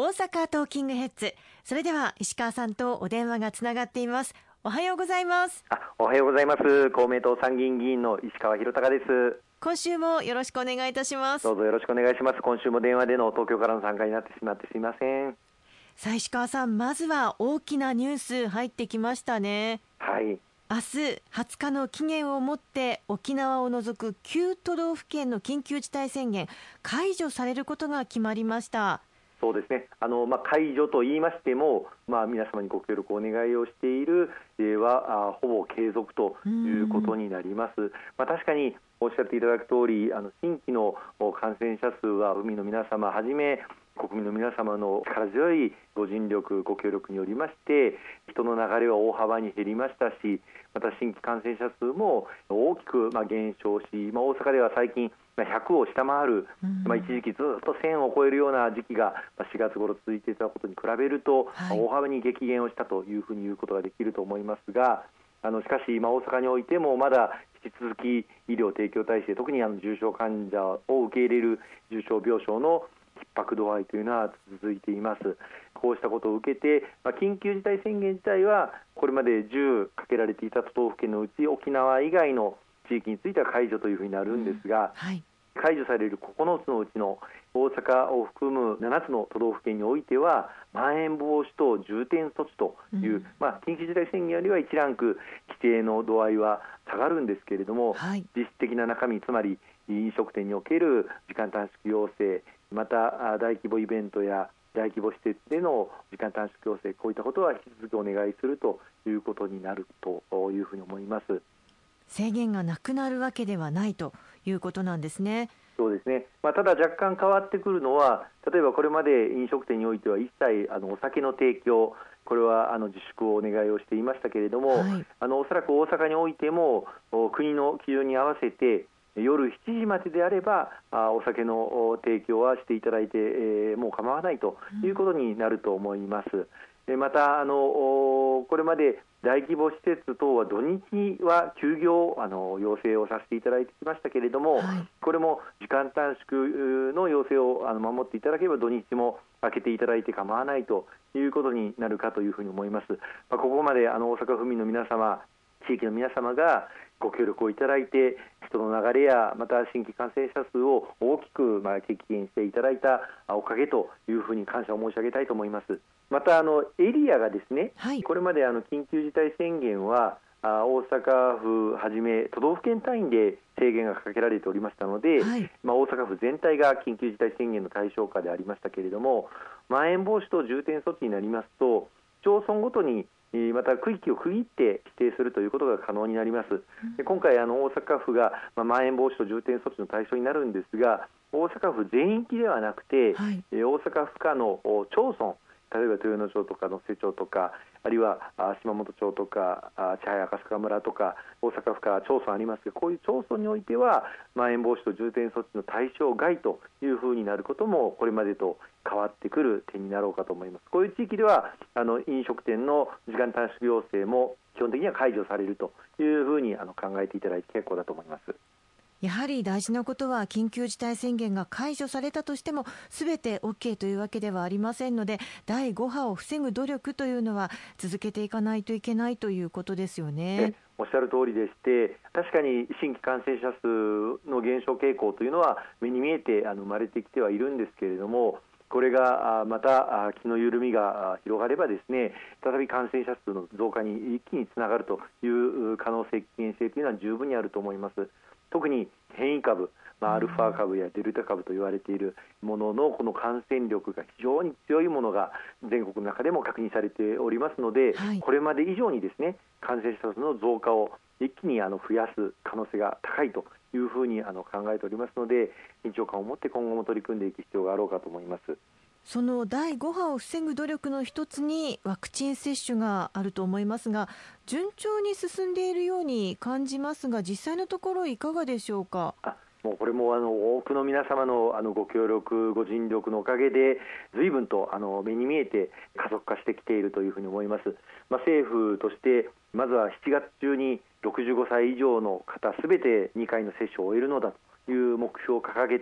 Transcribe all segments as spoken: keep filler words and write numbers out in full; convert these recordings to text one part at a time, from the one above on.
大阪トーキングヘッズ。それでは石川さんとお電話がつながっています。おはようございます。 あ、おはようございます。公明党参議院議員の石川博隆です。 今週もよろしくお願いいたします。 どうぞよろしくお願いします。今週も電話での東京からの参加になってしまってすいません。 さあ石川さん、まずは大きなニュース入ってきましたね。 はい。 明日はつかの期限をもって沖縄を除くきゅう都道府県の緊急事態宣言解除されることが決まりました。 そうですね。あの、まあ、解除と言いましても、まあ、皆様にご協力をお願いをしている、えー、はあほぼ継続ということになります。まあ、確かにおっしゃっていただく通り、あの新規の感染者数は海の皆様はじめ国民の皆様の力強いご尽力ご協力によりまして人の流れは大幅に減りましたし、また新規感染者数も大きくまあ減少し、まあ、大阪では最近ひゃくを下回る、まあ、一時期ずっとせんを超えるような時期がしがつ頃続いていたことに比べると、はい、大幅に激減をしたというふうに言うことができると思いますが、あのしかし、まあ、大阪においてもまだ引き続き医療提供体制、特にあの重症患者を受け入れる重症病床の逼迫度合いというのは続いています。こうしたことを受けて、まあ、緊急事態宣言自体はこれまでじゅうかけられていた都道府県のうち沖縄以外の地域については解除というふうになるんですが、うんはい、解除されるここのつのうちの大阪を含むななつの都道府県においてはまん延防止等重点措置という、うんまあ、緊急事態宣言よりはいちランク規制の度合いは下がるんですけれども、はい、実質的な中身、つまり飲食店における時間短縮要請、また大規模イベントや大規模施設での時間短縮要請、こういったことは引き続きお願いするということになるというふうに思います。 制限がなくなるわけではないということなんですね。 そうですね。まあ、ただ若干変わってくるのは、例えばこれまで飲食店においては一切あのお酒の提供、これはあの自粛をお願いをしていましたけれども、はい、あのおそらく大阪においても国の基準に合わせて夜しちじまでであればあお酒の提供はしていただいて、えー、もう構わないということになると思います。うんまたあのこれまで大規模施設等は土日は休業あの要請をさせていただいてきましたけれども、はい、これも時間短縮の要請をあの守っていただければ土日も開けていただいて構わないということになるかというふうに思います。まあ、ここまであの大阪府民の皆様、地域の皆様がご協力をいただいて人の流れやまた新規感染者数を大きくまあ激減していただいたおかげというふうに感謝を申し上げたいと思います。またあのエリアがですね、はい、これまであの緊急事態宣言はあ大阪府はじめ都道府県単位で制限がかけられておりましたので、はいまあ、大阪府全体が緊急事態宣言の対象下でありましたけれども、まん延防止等重点措置になりますと町村ごとにまた区域を区切って指定するということが可能になります。で今回あの大阪府が、まあ、まん延防止等重点措置の対象になるんですが、大阪府全域ではなくて、はい、大阪府下の町村、例えば豊野町とか能勢町とか、あるいは島本町とか千早赤坂村とか大阪府下町村ありますが、こういう町村においてはまん延防止等重点措置の対象外というふうになることもこれまでと変わってくる点になろうかと思います。こういう地域ではあの飲食店の時間短縮要請も基本的には解除されるというふうにあの考えていただいて結構だと思います。 やはり大事なことは緊急事態宣言が解除されたとしても全て OK というわけではありませんので、だいご波を防ぐ努力というのは続けていかないといけないということですよね。 おっしゃる通りでして、確かに新規感染者数の減少傾向というのは目に見えてあの生まれてきてはいるんですけれども、これがまた気の緩みが広がればですね、再び感染者数の増加に一気につながるという可能性、危険性というのは十分にあると思います。特に変異株、まあ、アルファ株やデルタ株と言われているもののこの感染力が非常に強いものが全国の中でも確認されておりますので、はい、これまで以上にですね感染者数の増加を一気にあの増やす可能性が高いというふうにあの考えておりますので、緊張感を持って今後も取り組んでいく必要があろうかと思います。 そのだいご波を防ぐ努力の一つにワクチン接種があると思いますが、順調に進んでいるように感じますが、実際のところいかがでしょうか。 あもうこれもあの多くの皆様のあのご協力ご尽力のおかげで随分とあの目に見えて加速化してきているというふうに思います。まあ、政府としてまずはしちがつ中にろくじゅうごさい以上の方すべてにかいの接種を終えるのだという目標を掲げて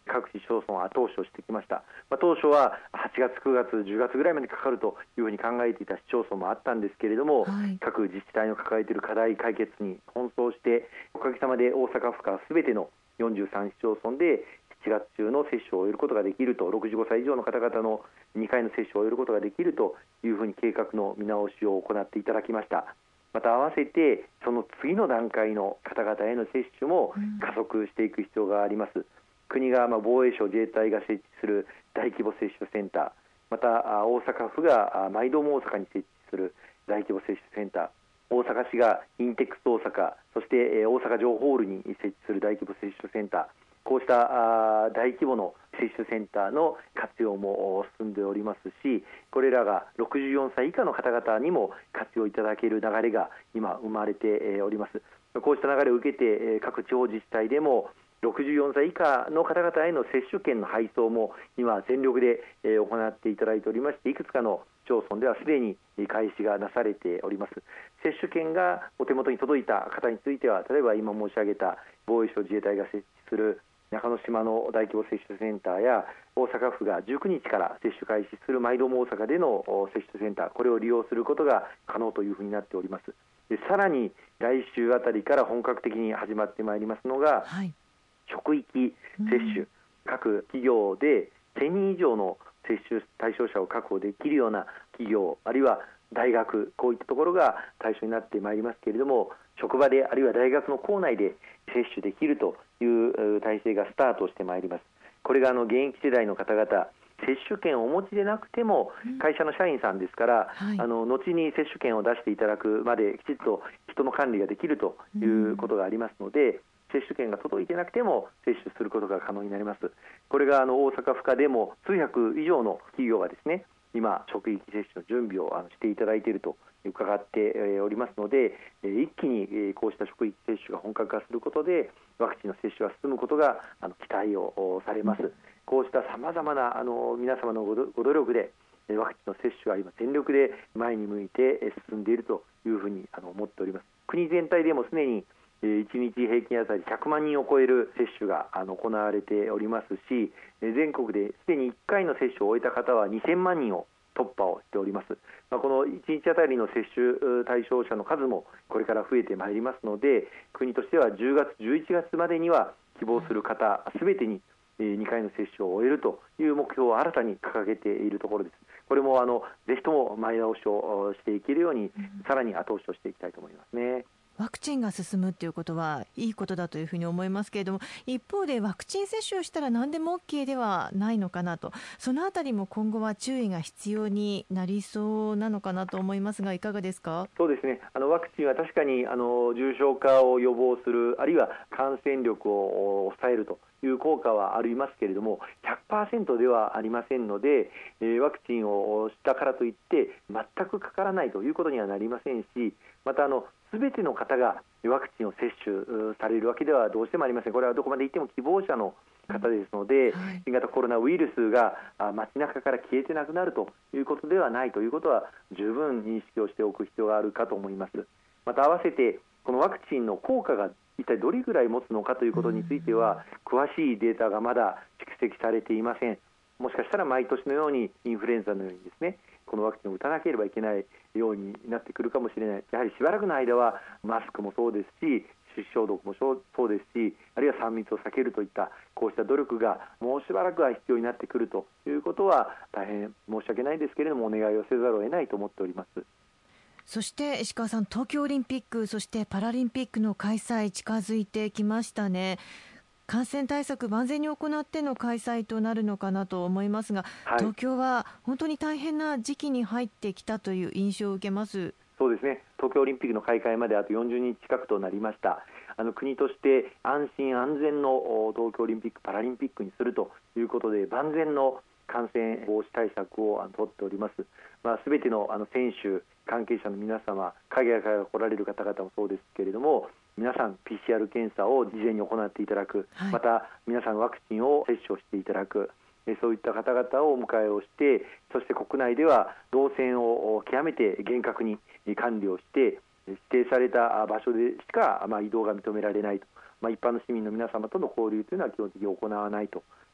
各市町村は後押しをしてきました。まあ、当初ははちがつ、くがつ、じゅうがつぐらいまでかかるというふうに考えていた市町村もあったんですけれども、はい、各自治体の抱えている課題解決に奔走して、おかげさまで大阪府下すべてのよんじゅうさん市町村でしちがつ中の接種を終えることができると、ろくじゅうごさい以上の方々のにかいの接種を終えることができるというふうに計画の見直しを行っていただきました。また合わせてその次の段階の方々への接種も加速していく必要があります。うん、国がまあ防衛省自衛隊が設置する大規模接種センター、また大阪府がマイドーム大阪に設置する大規模接種センター、大阪市がインテックス大阪、そして大阪城ホールに設置する大規模接種センター、こうした大規模の接種センターの活用も進んでおりますし、これらがろくじゅうよんさい以下の方々にも活用いただける流れが今生まれております。こうした流れを受けて各地方自治体でもろくじゅうよんさい以下の方々への接種券の配送も今全力で行っていただいておりまして、いくつかの町村ではすでに開始がなされております。接種券がお手元に届いた方については、例えば今申し上げた防衛省自衛隊が設置する中之島の大規模接種センターや大阪府がじゅうくにちから接種開始するマイドーム大阪での接種センター、これを利用することが可能というふうになっております。でさらに来週あたりから本格的に始まってまいりますのが、はい、職域接種、うん、各企業でせんにん以上の接種対象者を確保できるような企業、あるいは大学、こういったところが対象になってまいりますけれども、職場であるいは大学の構内で接種できるという体制がスタートしてまいります。これがあの現役世代の方々、接種券をお持ちでなくても会社の社員さんですから、うん、あの後に接種券を出していただくまできちっと人の管理ができるということがありますので、うん、接種券が届いてなくても接種することが可能になります。これがあの大阪府下でも数百以上の企業がですね、今職域接種の準備をしていただいていると伺っておりますので、一気にこうした職域接種が本格化することでワクチンの接種が進むことが期待をされます。うん、こうしたさまざまなあの皆様のご努力でワクチンの接種が今全力で前に向いて進んでいるというふうに思っております。国全体でもすでにいちにち平均あたりひゃくまんにんを超える接種が行われておりますし、全国ですでにいっかいの接種を終えた方はにせんまんにんを突破をしております。まあ、このいちにちあたりの接種対象者の数もこれから増えてまいりますので、国としてはじゅうがつ、じゅういちがつまでには希望する方すべてににかいの接種を終えるという目標を新たに掲げているところです。これもあのぜひとも前倒しをしていけるように、さらに後押しをしていきたいと思いますね。 ワクチンが進むということはいいことだというふうに思いますけれども、一方でワクチン接種をしたら何でも OK ではないのかなと、そのあたりも今後は注意が必要になりそうなのかなと思いますが、いかがですか。 そうですね、あのワクチンは確かにあの重症化を予防する、あるいは感染力を抑えるという効果はありますけれども ひゃくパーセント ではありませんので、えー、ワクチンをしたからといって全くかからないということにはなりませんし、またあのすべての方がワクチンを接種されるわけではどうしてもありません。これはどこまで行っても希望者の方ですので、うんはい、新型コロナウイルスが街中から消えてなくなるということではないということは十分認識をしておく必要があるかと思います。また合わせてこのワクチンの効果が一体どれぐらい持つのかということについては、うん、詳しいデータがまだ蓄積されていません。もしかしたら毎年のようにインフルエンザのようにですね、このワクチンを打たなければいけないようになってくるかもしれない。やはりしばらくの間はマスクもそうですし、手指消毒もそうですし、あるいはさん密を避けるといったこうした努力がもうしばらくは必要になってくるということは大変申し訳ないですけれどもお願いをせざるを得ないと思っております。 そして石川さん、東京オリンピックそしてパラリンピックの開催近づいてきましたね。感染対策万全に行っての開催となるのかなと思いますが、はい、東京は本当に大変な時期に入ってきたという印象を受けます。 そうですね、東京オリンピックの開会まであとよんじゅうにち近くとなりました。あの国として安心安全の東京オリンピックパラリンピックにするということで万全の感染防止対策を取っております。まあ、全てのあの選手関係者の皆様、海外から来られる方々もそうですけれども、皆さん ピーシーアール 検査を事前に行っていただく、はい、また皆さんワクチンを接種をしていただく、そういった方々をお迎えをして、そして国内では動線を極めて厳格に管理をして指定された場所でしか、まあ、移動が認められないと、まあ、一般の市民の皆様との交流というのは基本的に行わないとい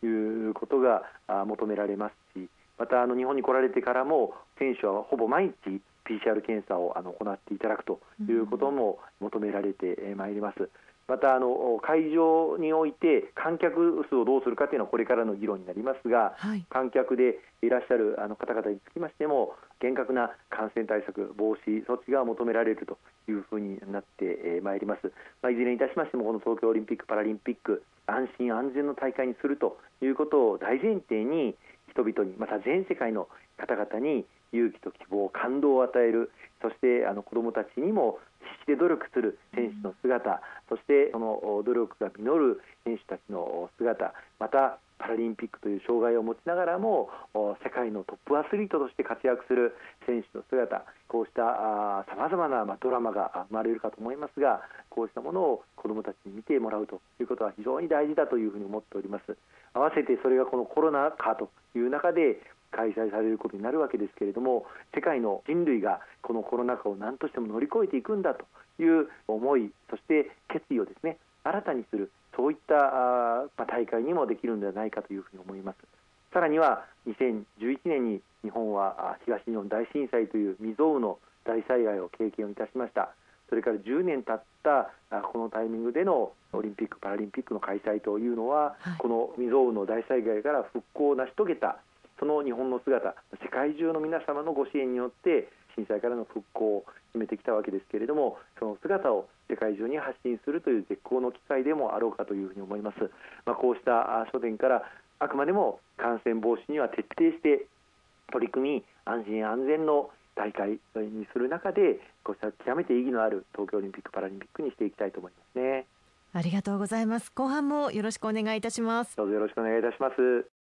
いうことが求められますし、またあの日本に来られてからも選手はほぼ毎日 ピーシーアール 検査をあの行っていただくということも求められてまいります。またあの会場において観客数をどうするかというのはこれからの議論になりますが、はい、観客でいらっしゃるあの方々につきましても厳格な感染対策防止措置が求められるというふうになってまいります。まあ、いずれにいたしましてもこの東京オリンピック・パラリンピック安心安全の大会にするということを大前提に人々にまた全世界の方々に勇気と希望感動を与える、そしてあの子どもたちにも必死で努力する選手の姿、そしてその努力が実る選手たちの姿、またパラリンピックという障害を持ちながらも世界のトップアスリートとして活躍する選手の姿、こうしたさまざまなドラマが生まれるかと思いますが、こうしたものを子どもたちに見てもらうということは非常に大事だというふうに思っております。合わせてそれがこのコロナ禍という中で開催されることになるわけですけれども、世界の人類がこのコロナ禍を何としても乗り越えていくんだという思い、そして決意をですね新たにする、そういった大会にもできるのではないかというふうに思います。さらにはにせんじゅういちねんに日本は東日本大震災という未曾有の大災害を経験をいたしました。それからじゅうねん経ったこのタイミングでのオリンピック・パラリンピックの開催というのは、はい、この未曾有の大災害から復興を成し遂げたその日本の姿、世界中の皆様のご支援によって震災からの復興を決めてきたわけですけれども、その姿を世界中に発信するという絶好の機会でもあろうかというふうに思います。まあ、こうした諸点からあくまでも感染防止には徹底して取り組み、安心安全の大会にする中でこうした極めて意義のある東京オリンピック・パラリンピックにしていきたいと思いますね。 ありがとうございます。後半もよろしくお願いいたします。 どうぞよろしくお願いいたします。